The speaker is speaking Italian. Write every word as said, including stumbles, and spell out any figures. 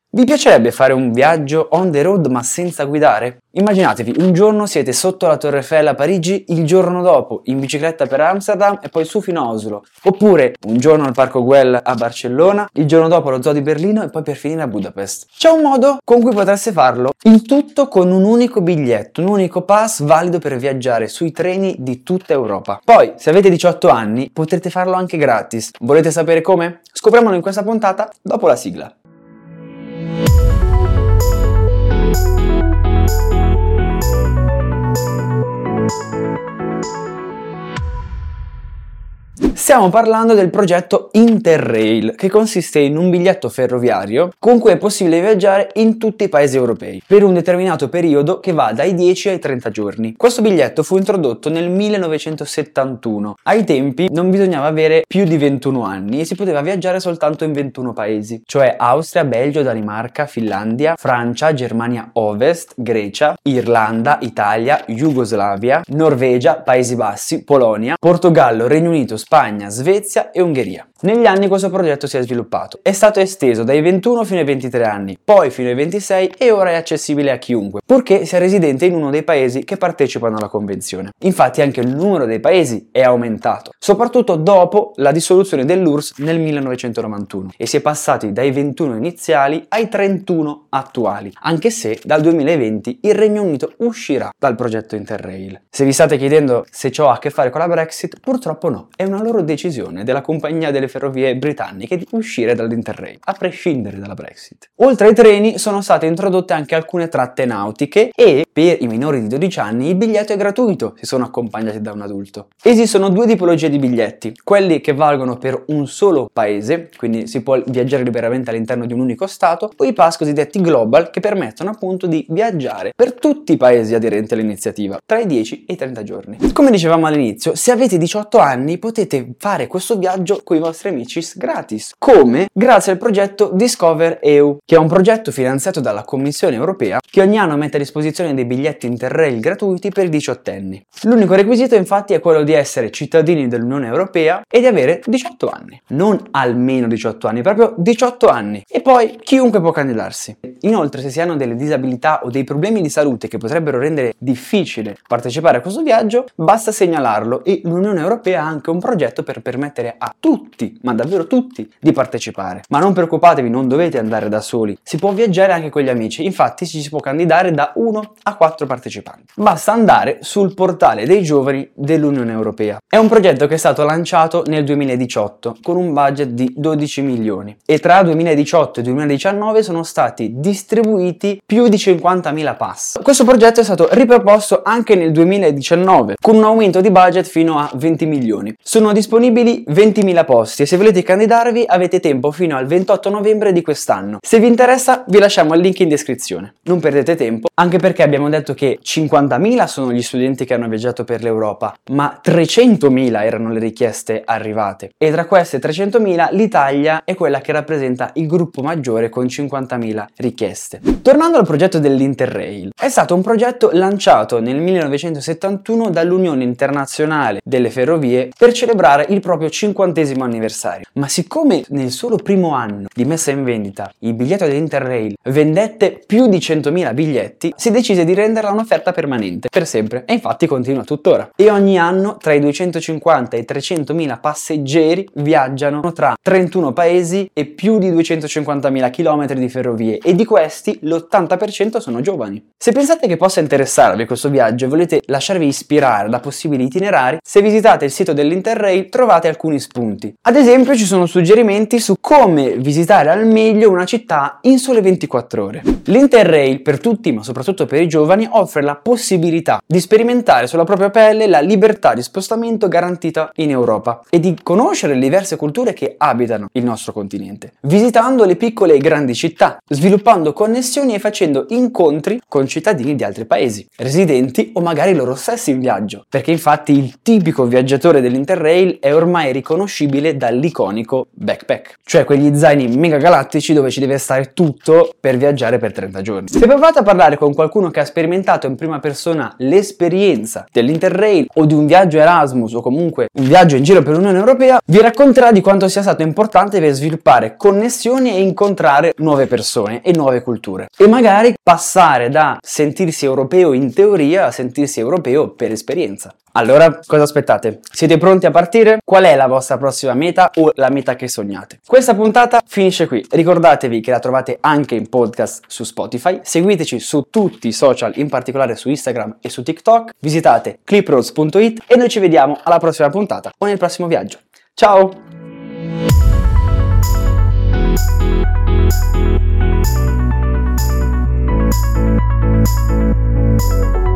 Vi piacerebbe fare un viaggio on the road ma senza guidare? Immaginatevi, un giorno siete sotto la Torre Eiffel a Parigi, il giorno dopo in bicicletta per Amsterdam e poi su fino a Oslo. Oppure un giorno al Parco Güell a Barcellona, il giorno dopo allo Zoo di Berlino e poi per finire a Budapest. C'è un modo con cui potreste farlo? Il tutto con un unico biglietto, un unico pass valido per viaggiare sui treni di tutta Europa. Poi, se avete diciotto anni, potrete farlo anche gratis. Volete sapere come? Scopriamolo in questa puntata dopo la sigla. Stiamo parlando del progetto Interrail, che consiste in un biglietto ferroviario con cui è possibile viaggiare in tutti i paesi europei per un determinato periodo che va dai dieci ai trenta giorni. Questo biglietto fu introdotto nel millenovecentosettantuno. Ai tempi non bisognava avere più di ventuno anni e si poteva viaggiare soltanto in ventuno paesi, cioè Austria, Belgio, Danimarca, Finlandia, Francia, Germania Ovest, Grecia, Irlanda, Italia, Jugoslavia, Norvegia, Paesi Bassi, Polonia, Portogallo, Regno Unito, Spagna, Svezia e Ungheria. Negli anni questo progetto si è sviluppato. È stato esteso dai ventuno fino ai ventitré anni, poi fino ai ventisei e ora è accessibile a chiunque, purché sia residente in uno dei paesi che partecipano alla convenzione. Infatti anche il numero dei paesi è aumentato, soprattutto dopo la dissoluzione dell'U R S S nel millenovecentonovantuno e si è passati dai ventuno iniziali ai trentuno attuali, anche se dal duemilaventi il Regno Unito uscirà dal progetto Interrail. Se vi state chiedendo se ciò ha a che fare con la Brexit, purtroppo no, è una loro decisione della compagnia delle ferrovie britanniche di uscire dall'Interrail, a prescindere dalla Brexit. Oltre ai treni sono state introdotte anche alcune tratte nautiche e per i minori di dodici anni il biglietto è gratuito se sono accompagnati da un adulto. Esistono due tipologie di biglietti, quelli che valgono per un solo paese, quindi si può viaggiare liberamente all'interno di un unico stato, o i pass cosiddetti global che permettono appunto di viaggiare per tutti i paesi aderenti all'iniziativa, tra i dieci e i trenta giorni. Come dicevamo all'inizio, se avete diciotto anni potete fare questo viaggio con i vostri amici gratis. Come? Grazie al progetto Discover E U, che è un progetto finanziato dalla Commissione Europea che ogni anno mette a disposizione dei biglietti Interrail gratuiti per i diciottenni. L'unico requisito infatti è quello di essere cittadini dell'Unione Europea e di avere diciotto anni. Non almeno diciotto anni, proprio diciotto anni. E poi chiunque può candidarsi. Inoltre, se si hanno delle disabilità o dei problemi di salute che potrebbero rendere difficile partecipare a questo viaggio, basta segnalarlo e l'Unione Europea ha anche un progetto per permettere a tutti, ma davvero tutti, di partecipare. Ma non preoccupatevi, non dovete andare da soli, si può viaggiare anche con gli amici, infatti ci si può candidare da uno a quattro partecipanti. Basta andare sul portale dei giovani dell'Unione Europea. È un progetto che è stato lanciato nel duemiladiciotto con un budget di dodici milioni e tra duemiladiciotto e duemiladiciannove sono stati distribuiti più di cinquantamila pass. Questo progetto è stato riproposto anche nel duemiladiciannove con un aumento di budget fino a venti milioni. Sono disponibili ventimila posti e se volete candidarvi avete tempo fino al ventotto novembre di quest'anno. Se vi interessa vi lasciamo il link in descrizione. Non perdete tempo, anche perché abbiamo detto che cinquantamila sono gli studenti che hanno viaggiato per l'Europa, ma trecentomila erano le richieste arrivate e tra queste trecentomila l'Italia è quella che rappresenta il gruppo maggiore con cinquantamila richieste. Tornando al progetto dell'Interrail, è stato un progetto lanciato nel millenovecentosettantuno dall'Unione Internazionale delle Ferrovie per celebrare il proprio cinquantesimo anniversario. Ma siccome nel solo primo anno di messa in vendita il biglietto dell'Interrail vendette più di centomila biglietti, si decise di renderla un'offerta permanente, per sempre, e infatti continua tuttora. E ogni anno tra i duecentocinquanta e i trecentomila passeggeri viaggiano tra trentuno paesi e più di duecentocinquantamila chilometri di ferrovie, e di questi l'ottanta per cento sono giovani. Se pensate che possa interessarvi questo viaggio e volete lasciarvi ispirare da possibili itinerari, se visitate il sito dell'Interrail trovate alcuni spunti. Ad esempio ci sono suggerimenti su come visitare al meglio una città in sole ventiquattro ore. L'Interrail per tutti, ma soprattutto per i giovani, offre la possibilità di sperimentare sulla propria pelle la libertà di spostamento garantita in Europa e di conoscere le diverse culture che abitano il nostro continente, visitando le piccole e grandi città, sviluppando connessioni e facendo incontri con cittadini di altri paesi, residenti o magari loro stessi in viaggio, perché infatti il tipico viaggiatore dell'Interrail è ormai riconoscibile dall'iconico backpack, cioè quegli zaini mega galattici dove ci deve stare tutto per viaggiare per trenta giorni. Se provate a parlare con qualcuno che ha sperimentato in prima persona l'esperienza dell'Interrail o di un viaggio Erasmus o comunque un viaggio in giro per l'Unione Europea, vi racconterà di quanto sia stato importante per sviluppare connessioni e incontrare nuove persone e nuove culture e magari passare da sentirsi europeo in teoria a sentirsi europeo per esperienza. Allora, cosa aspettate? Siete pronti a partire? Qual è la vostra prossima meta o la meta che sognate? Questa puntata finisce qui. Ricordatevi che la trovate anche in podcast su Spotify. Seguiteci su tutti i social, in particolare su Instagram e su TikTok. Visitate cliproads punto it e noi ci vediamo alla prossima puntata o nel prossimo viaggio. Ciao! We'll be right back.